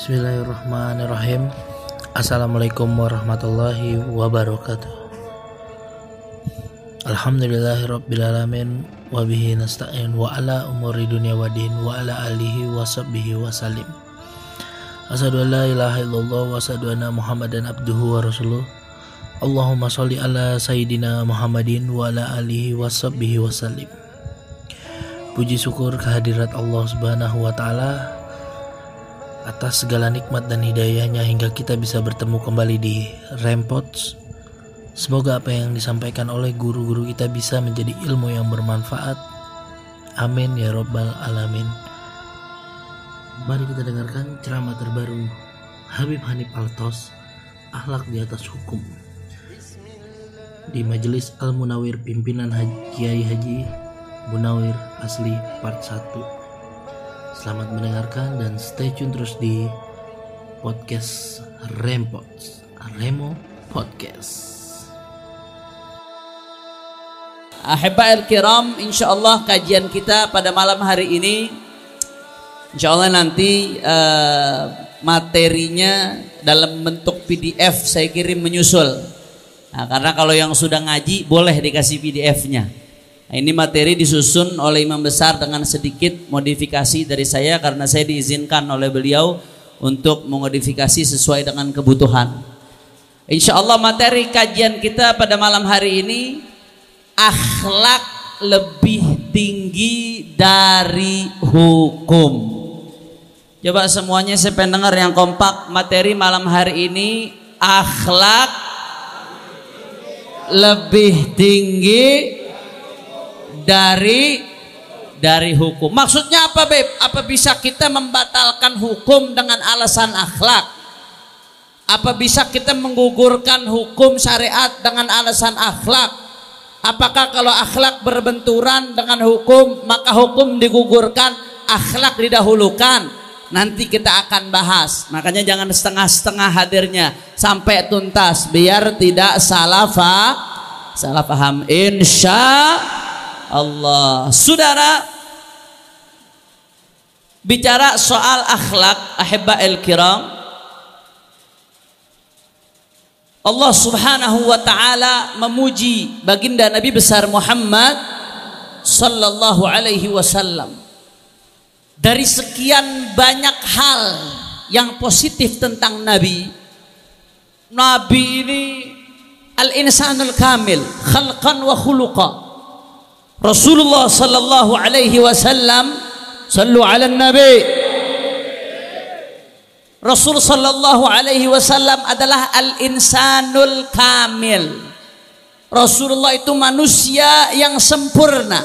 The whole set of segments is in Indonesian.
Bismillahirrahmanirrahim. Assalamualaikum warahmatullahi wabarakatuh. Alhamdulillahirrabbilalamin. Wabihi nasta'in wa ala umuri dunia wa din wa ala alihi wa sahbihi wa salim. Asyhadu an la ilaha illallah wa asyhadu anna Muhammadan abduhu wa rasuluh. Allahumma sholli ala sayyidina Muhammadin wa ala alihi wa sahbihi wa salim. Puji syukur kehadirat Allah Subhanahu wa taala atas segala nikmat dan hidayahnya hingga kita bisa bertemu kembali di Rempots. Semoga apa yang disampaikan oleh guru-guru kita bisa menjadi ilmu yang bermanfaat. Amin ya robbal alamin. Mari kita dengarkan ceramah terbaru Habib Hanif Altos, Akhlak di atas Hukum, di Majelis Al-Munawir pimpinan Kiai Haji Munawir Asli Part 1. Selamat mendengarkan dan stay tune terus di podcast Rempots, Remo Podcast. Ahibbail kiram, insyaallah kajian kita pada malam hari ini insyaallah nanti materinya dalam bentuk PDF saya kirim menyusul. Nah, karena kalau yang sudah ngaji boleh dikasih PDF-nya. Nah, ini materi disusun oleh imam besar dengan sedikit modifikasi dari saya karena saya diizinkan oleh beliau untuk memodifikasi sesuai dengan kebutuhan. Insyaallah materi kajian kita pada malam hari ini, akhlak lebih tinggi dari hukum. Coba semuanya saya pengen dengar yang kompak. Materi malam hari ini, akhlak lebih tinggi dari hukum. Maksudnya apa, Beb? Apa bisa kita membatalkan hukum dengan alasan akhlak? Apa bisa kita menggugurkan hukum syariat dengan alasan akhlak? Apakah kalau akhlak berbenturan dengan hukum maka hukum digugurkan, akhlak didahulukan? Nanti kita akan bahas. Makanya jangan setengah-setengah hadirnya, sampai tuntas biar tidak salah paham. Insya Allah. Saudara, bicara soal akhlak, ahibbail kiram, Allah Subhanahu wa taala memuji baginda Nabi besar Muhammad sallallahu alaihi wasallam. Dari sekian banyak hal yang positif tentang Nabi ini al-insanul kamil khalqan wa khuluqa. Rasulullah sallallahu alaihi wasallam, sallu ala nabi. Rasul sallallahu alaihi wasallam adalah al-insanul kamil. Rasulullah itu manusia yang sempurna,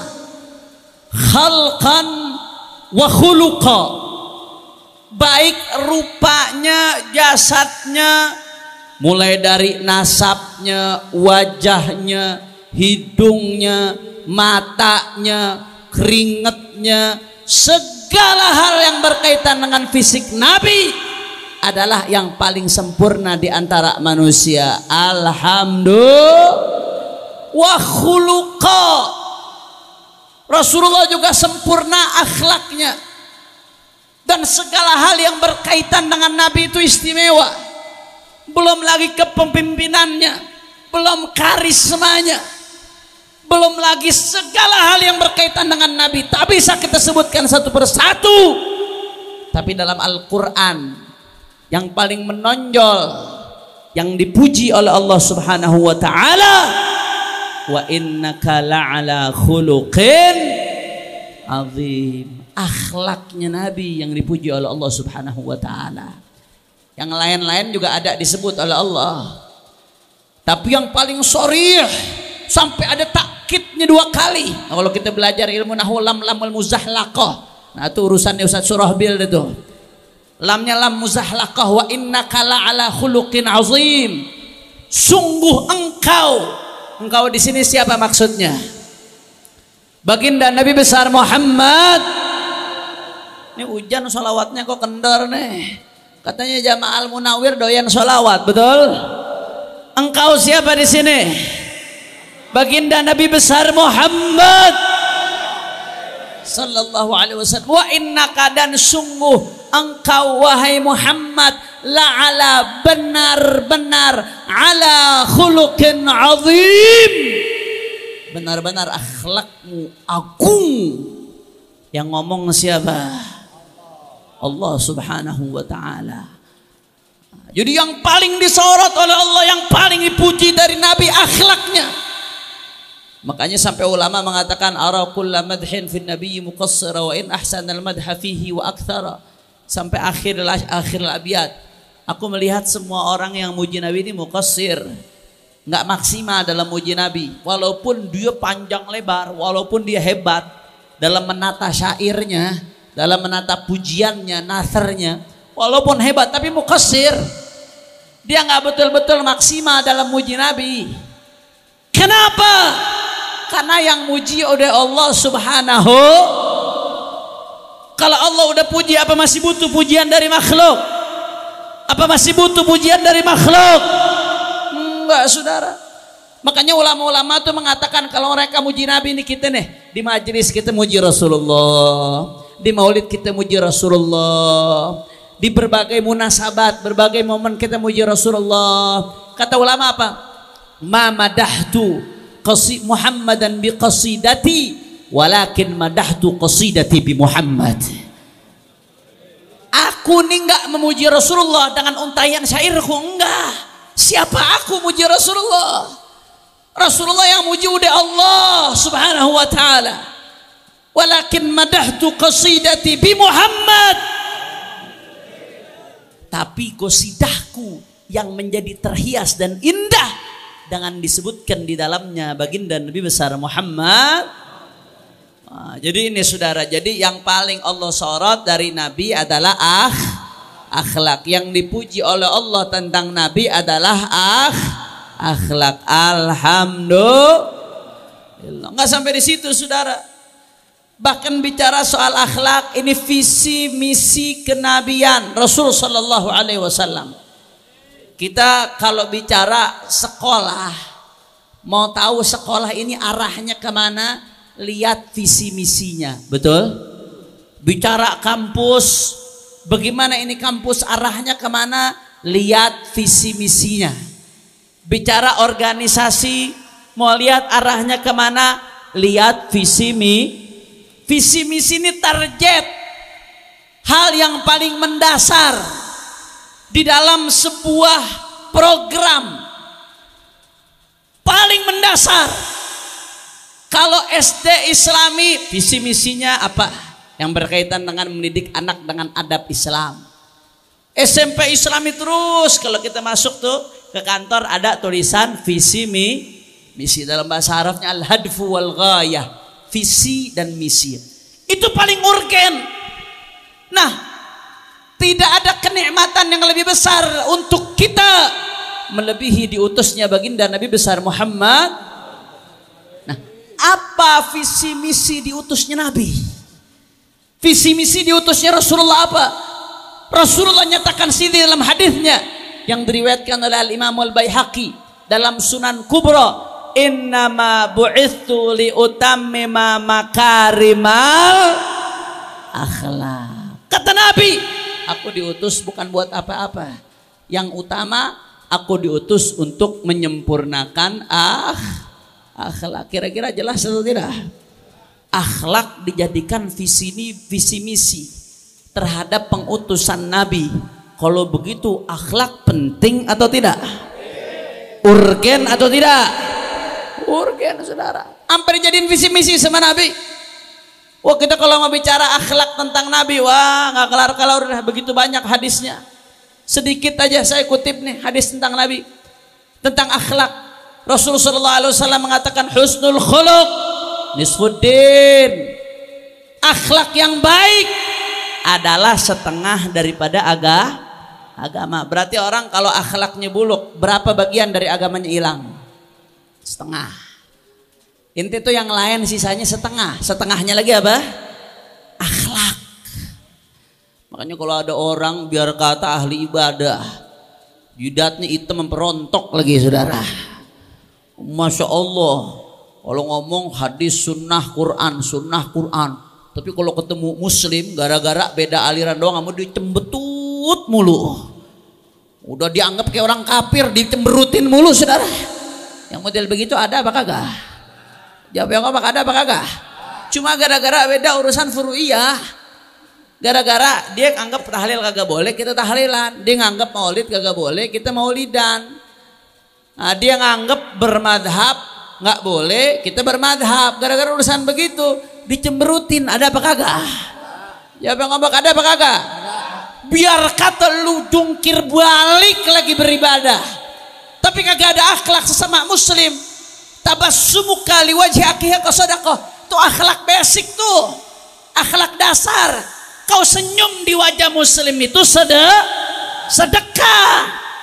khalqan wa khuluqa, baik rupanya, jasadnya, mulai dari nasabnya, wajahnya, hidungnya, matanya, keringetnya, segala hal yang berkaitan dengan fisik Nabi adalah yang paling sempurna di antara manusia. Alhamdulillah. Wa khuluqa, Rasulullah juga sempurna akhlaknya, dan segala hal yang berkaitan dengan Nabi itu istimewa. Belum lagi kepemimpinannya, belum karismanya, belum lagi segala hal yang berkaitan dengan Nabi. Tak bisa kita sebutkan satu persatu. Tapi dalam Al-Quran yang paling menonjol, yang dipuji oleh Allah Subhanahu wa ta'ala, wa innaka la'ala khuluqin azim. Akhlaknya Nabi yang dipuji oleh Allah Subhanahu wa ta'ala. Yang lain-lain juga ada disebut oleh Allah. Tapi yang paling sharih, sampai ada takkidnya 2 kali. Nah, kalau kita belajar ilmu nahwu, lam lamul muzahlaqah. Nah, itu urusannya Ustaz Surahbil itu. Lamnya lam muzahlaqah, wa innaka la'ala khuluqin azim. Sungguh engkau di sini siapa maksudnya? Baginda Nabi besar Muhammad. Ini hujan sholawatnya kok kendor nih. Katanya jamaah Al-Munawir doyan sholawat, betul? Engkau siapa di sini? Baginda Nabi besar Muhammad sallallahu alaihi wasallam. Wa innaka, dan sungguh engkau wahai Muhammad la'ala benar-benar ala khuluqin azim, benar-benar akhlakmu agung. Yang ngomong siapa? Allah subhanahu wa ta'ala. Jadi yang paling disorot oleh Allah, yang paling dipuji dari Nabi akhlaknya. Makanya sampai ulama mengatakan ara kulla madhin fin nabiyyi muqassira wa in ahsanal madha fihi wa aktsara. Sampai akhir abiyat. Aku melihat semua orang yang muji Nabi ini muqassir, enggak maksimal dalam muji Nabi. Walaupun dia panjang lebar, walaupun dia hebat dalam menata syairnya, dalam menata pujiannya, nasarnya, walaupun hebat tapi muqassir. Dia nggak betul-betul maksimal dalam muji Nabi. Kenapa? Karena yang muji oleh Allah subhanahu. Kalau Allah udah puji, apa masih butuh pujian dari makhluk? Apa masih butuh pujian dari makhluk? Enggak, saudara. Makanya ulama-ulama tuh mengatakan kalau mereka muji Nabi ini, kita nih di majelis kita muji Rasulullah, di maulid kita muji Rasulullah, di berbagai munasabat, berbagai momen kita muji Rasulullah. Kata ulama apa? Ma madahtu Muhammadan bi qasidati walakin madahtu qasidati bi Muhammad. Aku nih enggak memuji Rasulullah dengan untayan syairku, enggak. Siapa aku muji Rasulullah? Rasulullah yang muji udah Allah subhanahu wa ta'ala. Walakin madahtu qasidati bi Muhammad. Tapi qasidahku yang menjadi terhias dan indah dengan disebutkan di dalamnya baginda Nabi besar Muhammad. Jadi ini saudara, jadi yang paling Allah sorot dari Nabi adalah akhlak. Yang dipuji oleh Allah tentang Nabi adalah akhlak. Alhamdulillah. Nggak sampai di situ saudara. Bahkan bicara soal akhlak, ini visi misi kenabian Rasul Sallallahu Alaihi Wasallam. Kita kalau bicara sekolah, mau tahu sekolah ini arahnya kemana? Lihat visi misinya, betul? Bicara kampus, bagaimana ini kampus arahnya kemana? Lihat visi misinya. Bicara organisasi, mau lihat arahnya kemana? Lihat visi misi ini target, hal yang paling mendasar di dalam sebuah program, paling mendasar. Kalau SD Islami, visi misinya apa? Yang berkaitan dengan mendidik anak dengan adab Islam. SMP Islami terus, kalau kita masuk tuh ke kantor ada tulisan visi misi, dalam bahasa Arabnya al-hadfu wal ghayah, visi dan misi. Itu paling urgen. Nah, tidak ada kenikmatan yang lebih besar untuk kita melebihi diutusnya baginda Nabi besar Muhammad. Apa visi misi diutusnya Nabi? Visi misi diutusnya Rasulullah apa? Rasulullah nyatakan sini dalam hadisnya yang diriwayatkan oleh Al-Imam Al-Baihaqi dalam Sunan Kubra, innama bu'ithu li utammima makarimal akhlak. Kata Nabi, aku diutus bukan buat apa-apa. Yang utama, aku diutus untuk menyempurnakan akhlak. Kira-kira jelas atau tidak? Akhlak dijadikan visi misi terhadap pengutusan Nabi. Kalau begitu akhlak penting atau tidak? Urgen atau tidak? Urgen saudara. Hampir dijadiin visi misi sama Nabi. Wah, kita kalau mau bicara akhlak tentang Nabi, wah nggak kelar-kelar, udah begitu banyak hadisnya. Sedikit aja saya kutip nih hadis tentang Nabi, tentang akhlak. Rasulullah SAW mengatakan husnul khuluq nisfuddin. Akhlak yang baik adalah setengah daripada agama. Berarti orang kalau akhlaknya buluk, berapa bagian dari agamanya hilang? Setengah. Inti itu yang lain sisanya setengah. Setengahnya lagi apa? Akhlak. Makanya kalau ada orang biar kata ahli ibadah, jidatnya hitam memperontok lagi saudara. Masya Allah, kalau ngomong hadis sunnah Quran, Tapi kalau ketemu muslim gara-gara beda aliran doang kamu dicembetut mulu. Udah dianggap kayak orang kafir, dicemberutin mulu saudara. Yang model begitu ada apa kagak? Jawab yang apa, ada apa kagak? Cuma gara-gara beda urusan furu'iyah. Gara-gara dia anggap tahlil kagak boleh, kita tahlilan. Dia nganggap maulid kagak boleh, kita maulidan. Nah, dia nganggap bermadhab nggak boleh, kita bermadhab. Gara-gara urusan begitu dicemberutin, ada apa kagak? Jawab yang ngomong ada apa kagak? Biar kata lu jungkir balik lagi beribadah, tapi kagak ada akhlak sesama muslim. Tabassumuka liwajhi akhika sadaqah, itu akhlak basic tuh, akhlak dasar. Kau senyum di wajah muslim itu sedekah.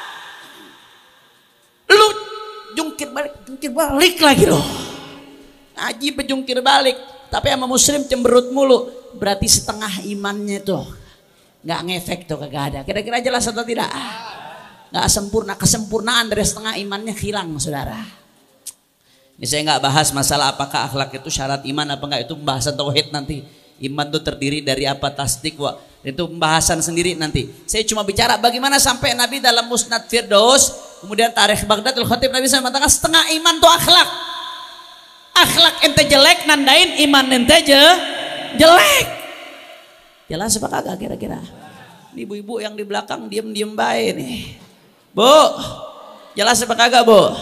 Lu jungkir balik lagi loh. Ngaji bejungkir balik, tapi sama muslim cemberut mulu, berarti setengah imannya tuh nggak ngefek tuh, kagak ada. Kira-kira jelas atau tidak? Nggak sempurna, kesempurnaan dari setengah imannya hilang saudara. Ini saya nggak bahas masalah apakah akhlak itu syarat iman apa enggak, itu pembahasan tauhid nanti. Iman itu terdiri dari apa, tasdik wa, itu pembahasan sendiri nanti. Saya cuma bicara bagaimana sampai Nabi dalam Musnad Firdaus, kemudian Tarikh Baghdadul Khatib, Nabi saya mengatakan setengah iman tuh akhlak. Akhlak ente jelek nandain iman ente jelek. Jelas apa kagak kira-kira? Ibu-ibu yang di belakang diem-diem baik nih. Bu, jelas apa kagak bu?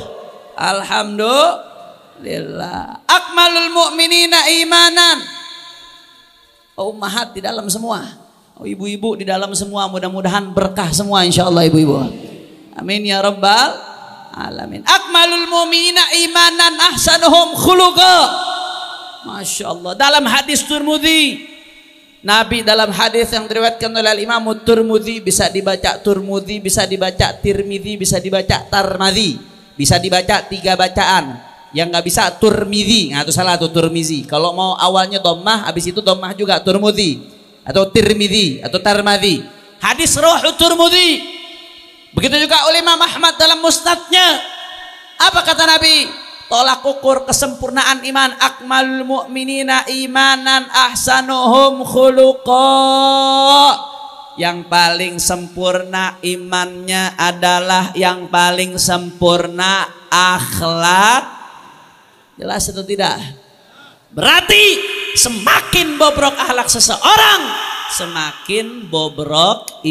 Alhamdulillah. Akmalul mu'minina imanan. Ummahat di dalam semua. Ibu-ibu di dalam semua. Mudah-mudahan berkah semua insyaallah ibu-ibu. Amin ya rabbal alamin. Akmalul mu'minina imanan ahsanuhum khuluqa. Masya Allah. Dalam hadis Tirmidzi, Nabi dalam hadis yang diriwayatkan oleh Imam Tirmidzi, bisa dibaca Tirmidzi, bisa dibaca Tirmidzi, bisa dibaca Tarmadzi, bisa dibaca 3 bacaan. Yang nggak bisa Tirmidzi, nah itu salah tuh Tirmidzi. Kalau mau awalnya dhammah, habis itu dhammah juga Tirmidzi atau Tirmidzi atau Tarmadzi. Hadis rawahu Tirmidzi. Begitu juga oleh Imam Ahmad dalam musnadnya. Apa kata Nabi? Tolak ukur kesempurnaan iman, akmalul mu'minina imanan ahsanuhum khuluqa. Yang paling sempurna imannya adalah yang paling sempurna akhlak. Jelas atau tidak? Berarti semakin bobrok akhlak seseorang, semakin bobrok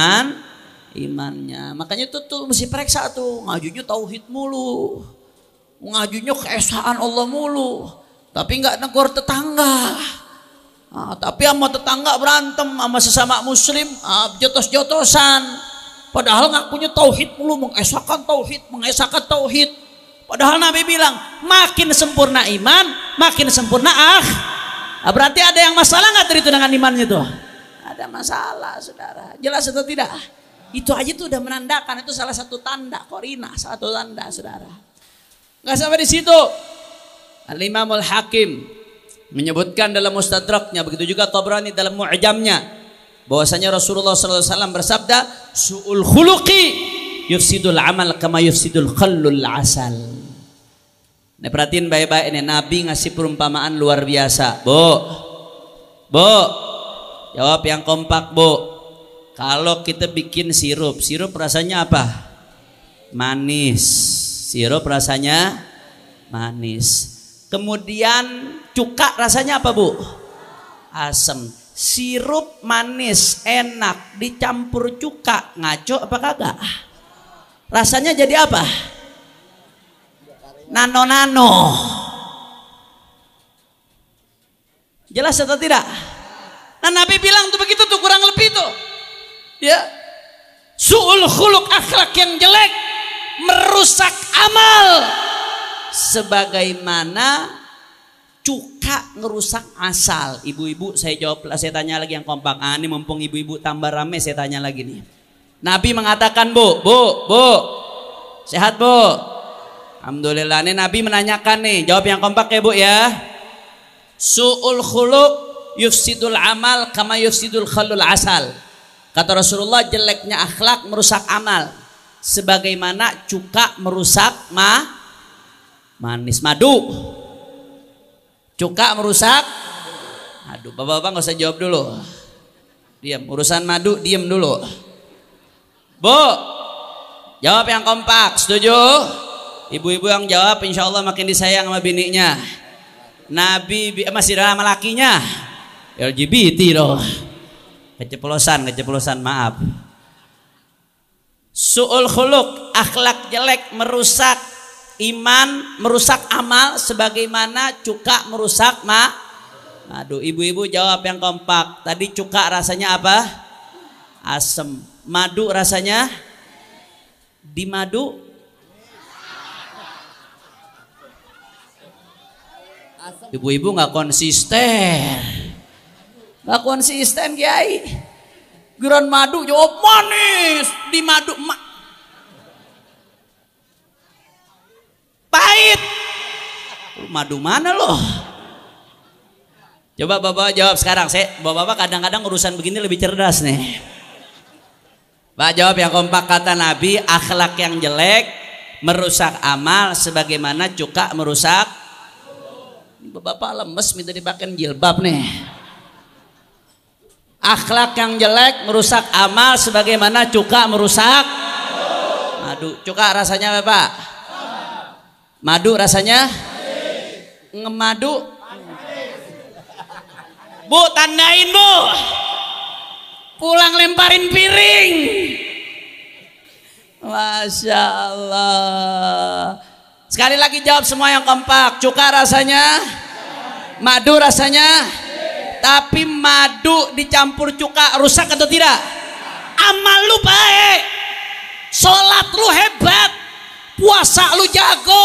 imannya. Makanya itu tuh mesti periksa tuh, ngajunya tauhid mulu, ngajunya keesaan Allah mulu, tapi nggak negor tetangga. Tapi sama tetangga berantem, sama sesama muslim jotos-jotosan. Padahal ngakunya tauhid mulu, mengesahkan tauhid. Padahal Nabi bilang makin sempurna iman, makin sempurna berarti ada yang masalah nggak itu dengan imannya tuh? Ada masalah saudara. Jelas atau tidak? Itu aja tuh udah menandakan, itu salah satu tanda korina, satu tanda saudara. Nggak sampai di situ. Al-Imamul Hakim menyebutkan dalam Mustadraknya, begitu juga Tabrani dalam Mu'jamnya, bahwasanya Rasulullah SAW bersabda, su'ul khuluqi yufsidul amal kama yufsidul khallul asal. Nah, perhatiin baik-baik ini, Nabi ngasih perumpamaan luar biasa. Bu, jawab yang kompak bu. Kalau kita bikin sirup rasanya apa? Manis. Sirup rasanya manis. Kemudian cuka rasanya apa bu? Asam. Sirup manis enak dicampur cuka, ngaco apa kagak? Rasanya jadi apa? Nano. Jelas atau tidak? Nah Nabi bilang tuh begitu tuh, kurang lebih tuh. Ya. Su'ul khuluq, akhlak yang jelek merusak amal. Sebagaimana cuka ngerusak asal. Ibu-ibu saya jawab, saya tanya lagi yang kompak. Ini mumpung ibu-ibu tambah rame, saya tanya lagi nih. Nabi mengatakan bu, sehat bu? Alhamdulillah. Ini Nabi menanyakan nih, jawab yang kompak ya bu ya. Su'ul khuluq yufsidul amal kama yufsidul khallul asal. Kata Rasulullah, jeleknya akhlak merusak amal sebagaimana cuka merusak manis. Madu, cuka merusak Aduh, bapak-bapak nggak usah jawab dulu. Diam, urusan madu diam dulu. Bu, jawab yang kompak, setuju? Ibu-ibu yang jawab insya Allah makin disayang sama bininya. Nabi masih dalam lakinya. LGBT loh. Keceplosan maaf. Su'ul khuluq, akhlak jelek merusak iman, merusak amal sebagaimana cuka merusak madu. Ibu-ibu jawab yang kompak. Tadi cuka rasanya apa? Asem. Madu rasanya di madu ibu-ibu nggak konsisten Kiai. Giran madu jawab manis, di madu pahit. Madu mana loh? Coba bapak jawab sekarang. Bapak kadang-kadang urusan begini lebih cerdas nih. Pak jawab yang kompak. Kata Nabi, akhlak yang jelek merusak amal sebagaimana cuka merusak. Bapak lemes minta dipakai jilbab nih. Akhlak yang jelek merusak amal sebagaimana cuka merusak madu. Cuka rasanya apa Pak? Madu rasanya ngemadu. Bu, tandain Bu. Pulang lemparin piring. Masya Allah. Sekali lagi jawab semua yang kompak. Cuka rasanya, madu rasanya. Tapi madu dicampur cuka rusak atau tidak? Amal lu baik, sholat lu hebat, puasa lu jago,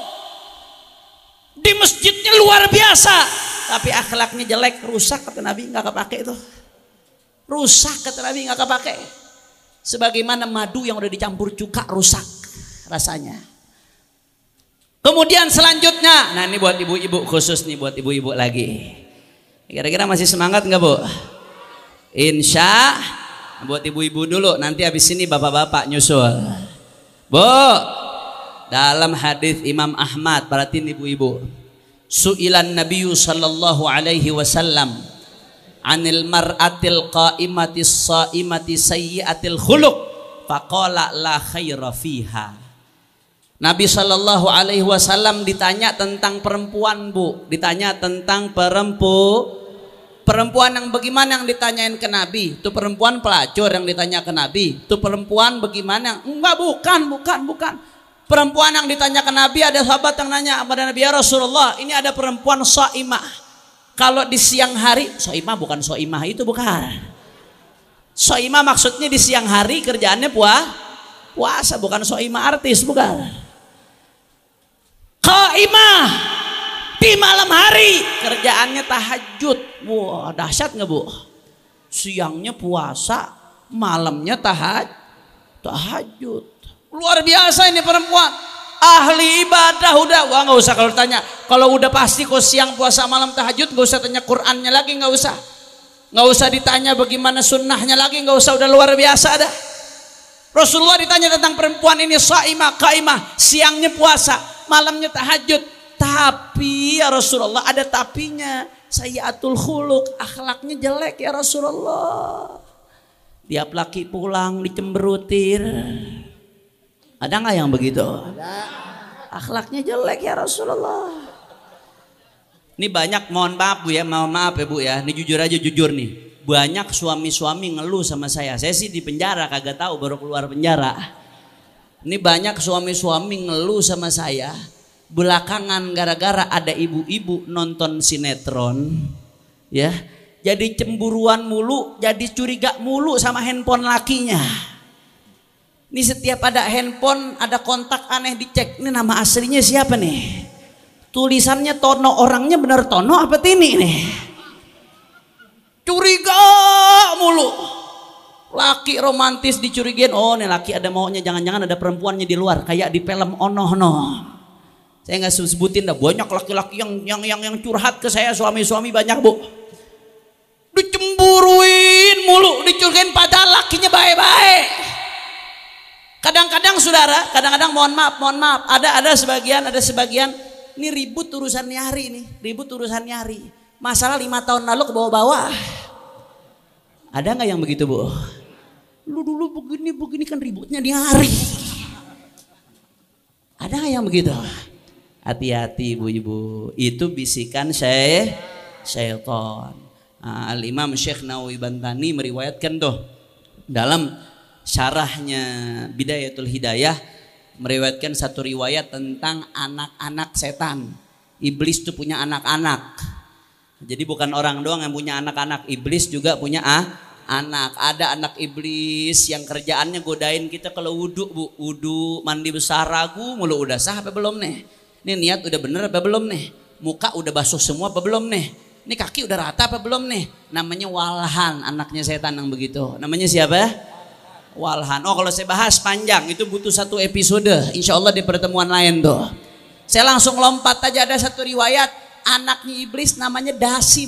di masjidnya luar biasa. Tapi akhlaknya jelek, rusak kata Nabi, nggak kepake itu. Rusak kata Nabi, nggak kepake. Sebagaimana madu yang udah dicampur cuka rusak rasanya. Kemudian selanjutnya, nah ini buat ibu-ibu khusus nih, buat ibu-ibu lagi. Kira-kira masih semangat nggak Bu? Insya buat ibu-ibu dulu, nanti habis ini bapak-bapak nyusul. Bu, dalam hadis Imam Ahmad, perhatiin ibu-ibu. Su'ilan Nabiyyu sallallahu alaihi wasallam anil mar'atil qa'imatis sha'imati sayyi'atil khuluq faqala la khaira fiha. Nabi sallallahu alaihi wasallam ditanya tentang perempuan Bu, ditanya tentang perempuan yang bagaimana yang ditanyain ke Nabi? Itu perempuan pelacur yang ditanya ke Nabi. Itu perempuan bagaimana? Enggak, bukan. Perempuan yang ditanya ke Nabi, ada sahabat yang nanya kepada Nabi, ya Rasulullah, ini ada perempuan shaimah. Kalau di siang hari, shaimah bukan shaimah itu bukan. Shaimah maksudnya di siang hari kerjaannya puasa, bukan shaimah artis, bukan. Qaimah di malam hari kerjaannya tahajud. Wah, dahsyat nggak Bu? Siangnya puasa, malamnya tahajud. Luar biasa ini perempuan, ahli ibadah. Udah, wah nggak usah kalau tanya. Kalau udah pasti kok siang puasa malam tahajud, nggak usah tanya Qur'annya lagi, nggak usah ditanya bagaimana sunnahnya lagi, nggak usah, udah luar biasa dah. Rasulullah ditanya tentang perempuan ini shaimah, qaimah, siangnya puasa, malamnya tahajud. Tapi ya Rasulullah, ada tapinya, sayyi'atul khuluq, akhlaknya jelek ya Rasulullah. Tiap laki pulang dicemberutin. Ada nggak yang begitu? Akhlaknya jelek ya Rasulullah. Ini banyak, mohon maaf Bu ya, maaf ya Bu ya, ini jujur aja, jujur nih. Banyak suami-suami ngeluh sama saya sih di penjara, kagak tahu baru keluar penjara. Ini banyak suami-suami ngeluh sama saya belakangan gara-gara ada ibu-ibu nonton sinetron, ya, jadi cemburuan mulu, jadi curiga mulu sama handphone lakinya. Ini setiap ada handphone, ada kontak aneh dicek, ini nama aslinya siapa nih? Tulisannya Tono, orangnya bener Tono apa Tini nih? Curiga mulu. Laki romantis dicurigain, oh nih laki ada maunya, jangan-jangan ada perempuannya di luar kayak di film Ono no. Saya nggak sebutin dah, banyak laki-laki yang curhat ke saya, suami-suami banyak Bu. Dicemburuin mulu, dicurigain padahal lakinya baik-baik. Kadang-kadang saudara, kadang-kadang mohon maaf, ada sebagian ini ribut urusan nyari nih, Masalah 5 tahun lalu ke bawah-bawah. Ada nggak yang begitu, Bu? Lu dulu begini kan ributnya di hari. Ada nggak yang begitu? Hati-hati ibu-ibu, itu bisikan syaitan. Al-Imam Syekh Nawawi Bantani meriwayatkan tuh dalam syarahnya Bidayatul Hidayah, meriwayatkan satu riwayat tentang anak-anak setan. Iblis tuh punya anak-anak. Jadi bukan orang doang yang punya anak-anak, iblis juga punya anak. Ada anak iblis yang kerjaannya godain kita kalau wudhu, Bu. Wudhu, mandi besar ragu mulu, udah sah apa belum nih? Ini niat udah bener apa belum nih? Muka udah basuh semua apa belum nih? Ini kaki udah rata apa belum nih? Namanya Walhan, anaknya setan yang begitu. Namanya siapa? Walhan. Oh, kalau saya bahas panjang, itu butuh satu episode. Insya Allah di pertemuan lain tuh. Saya langsung lompat aja, ada satu riwayat. Anaknya iblis namanya Dasim.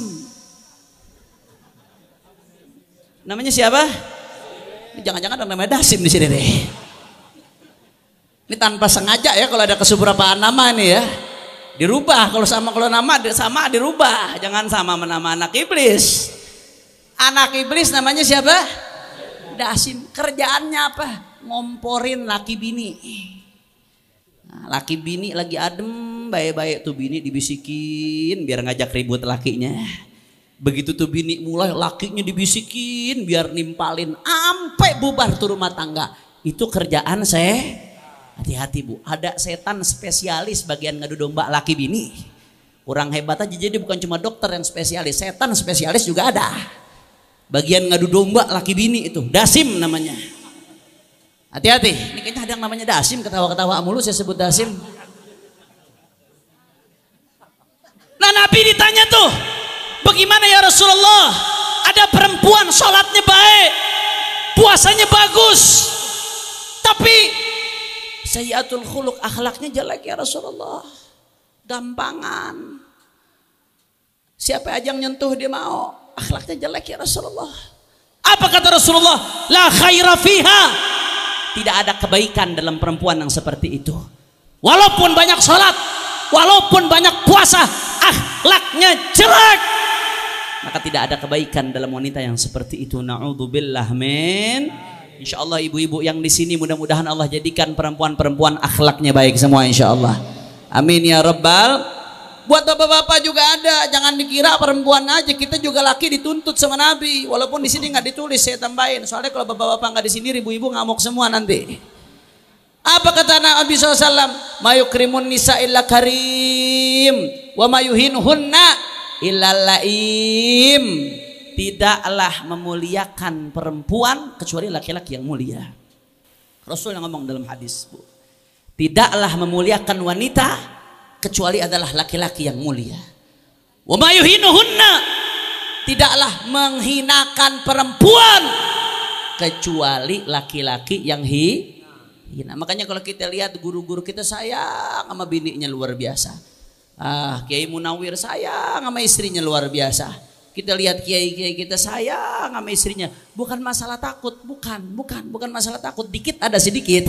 Namanya siapa? Jangan-jangan ada namanya Dasim di sini deh. Ini tanpa sengaja ya, kalau ada kesuburapaan nama nih ya. Dirubah, kalau nama sama dirubah. Jangan sama nama anak iblis. Anak iblis namanya siapa? Dasim. Kerjaannya apa? Ngomporin laki bini. Nah, laki bini lagi adem, baik-baik tuh bini dibisikin biar ngajak ribut lakinya. Begitu tuh bini mulai, lakinya dibisikin biar nimpalin sampai bubar tuh rumah tangga. Itu kerjaan saya. Hati-hati, Bu, ada setan spesialis bagian ngadu domba laki bini. Kurang hebat aja, jadi bukan cuma dokter yang spesialis, setan spesialis juga ada. Bagian ngadu domba laki bini itu, Dasim namanya. Hati-hati, ini kayaknya ada yang namanya Dasim, ketawa-ketawa mulu saya sebut Dasim. Nah, Nabi ditanya tuh, bagaimana ya Rasulullah? Ada perempuan sholatnya baik, puasanya bagus, tapi sayyiatul khuluq, akhlaknya jelek ya Rasulullah. Gampangan. Siapa aja yang nyentuh dia mau. Akhlaknya jelek ya Rasulullah. Apa kata Rasulullah? La khaira fiha. Tidak ada kebaikan dalam perempuan yang seperti itu. Walaupun banyak sholat, walaupun banyak puasa, akhlaknya jelek, maka tidak ada kebaikan dalam wanita yang seperti itu. Na'udzubillah min. Insya Allah ibu-ibu yang di sini mudah-mudahan Allah jadikan perempuan-perempuan akhlaknya baik semua, insya Allah. Amin ya Rabbal. Buat bapak-bapak juga ada, jangan dikira perempuan aja, kita juga laki dituntut sama Nabi. Walaupun di sini nggak ditulis, saya tambahin. Soalnya kalau bapak-bapak nggak di sini, ibu-ibu ngamuk semua nanti. Apa kata Nabi SAW? Mayukrimun nisa illa karim, wa mayuhinhunna illa laim. Tidaklah memuliakan perempuan kecuali laki-laki yang mulia. Rasul yang ngomong dalam hadis, Bu. Tidaklah memuliakan wanita kecuali adalah laki-laki yang mulia. Wa mayuhinuhunna, tidaklah menghinakan perempuan kecuali laki-laki yang hina. Makanya kalau kita lihat guru-guru kita sayang sama bininya luar biasa. Kiai Munawir sayang sama istrinya luar biasa. Kita lihat kiai-kiai kita sayang sama istrinya. Bukan masalah takut, bukan masalah takut. Dikit ada sedikit.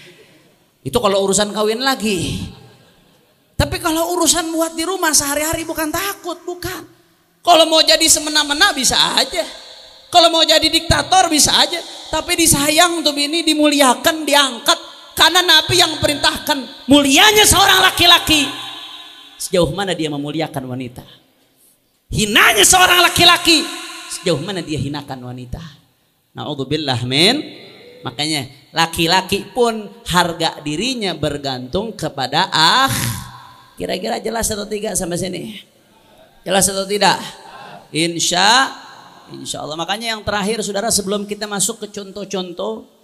Itu kalau urusan kawin lagi. Tapi kalau urusan buat di rumah sehari-hari bukan takut, bukan. Kalau mau jadi semena-mena bisa aja. Kalau mau jadi diktator bisa aja. Tapi disayang tuh bini, dimuliakan, diangkat. Karena Nabi yang perintahkan mulianya seorang laki-laki. Sejauh mana dia memuliakan wanita. Hinanya seorang laki-laki, sejauh mana dia hinakan wanita. Na'udzubillah min. Makanya laki-laki pun harga dirinya bergantung kepada Kira-kira jelas atau tidak sampai sini? Jelas atau tidak? Insya Allah. Makanya yang terakhir saudara, sebelum kita masuk ke contoh-contoh